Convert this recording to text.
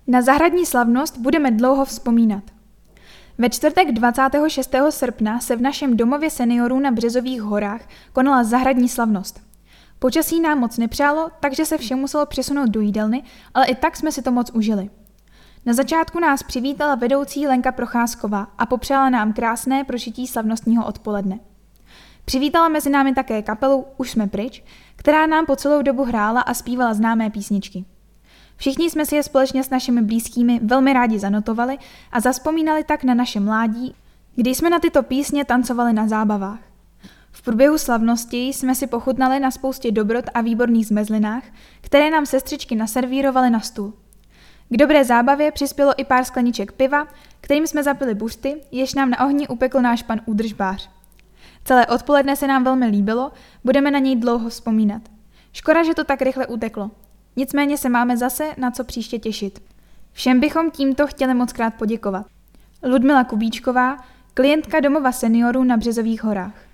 Na zahradní slavnost budeme dlouho vzpomínat. Ve čtvrtek 26. srpna se v našem domově seniorů na Březových horách konala zahradní slavnost. Počasí nám moc nepřálo, takže se vše muselo přesunout do jídelny, ale i tak jsme si to moc užili. Na začátku nás přivítala vedoucí Lenka Procházková a popřála nám krásné prožití slavnostního odpoledne. Přivítala mezi námi také kapelu Už jsme pryč, která nám po celou dobu hrála a zpívala známé písničky. Všichni jsme si je společně s našimi blízkými velmi rádi zanotovali a zazpomínali tak na naše mládí, kdy jsme na tyto písně tancovali na zábavách. V průběhu slavnosti jsme si pochutnali na spoustě dobrot a výborných zmezlinách, které nám sestřičky naservírovaly na stůl. K dobré zábavě přispělo i pár skleniček piva, kterým jsme zapili buřty, jež nám na ohni upekl náš pan údržbář. Celé odpoledne se nám velmi líbilo, budeme na něj dlouho vzpomínat. Škoda, že to tak rychle uteklo. Nicméně se máme zase na co příště těšit. Všem bychom tímto chtěli mockrát poděkovat. Ludmila Kubíčková, klientka domova seniorů na Březových horách.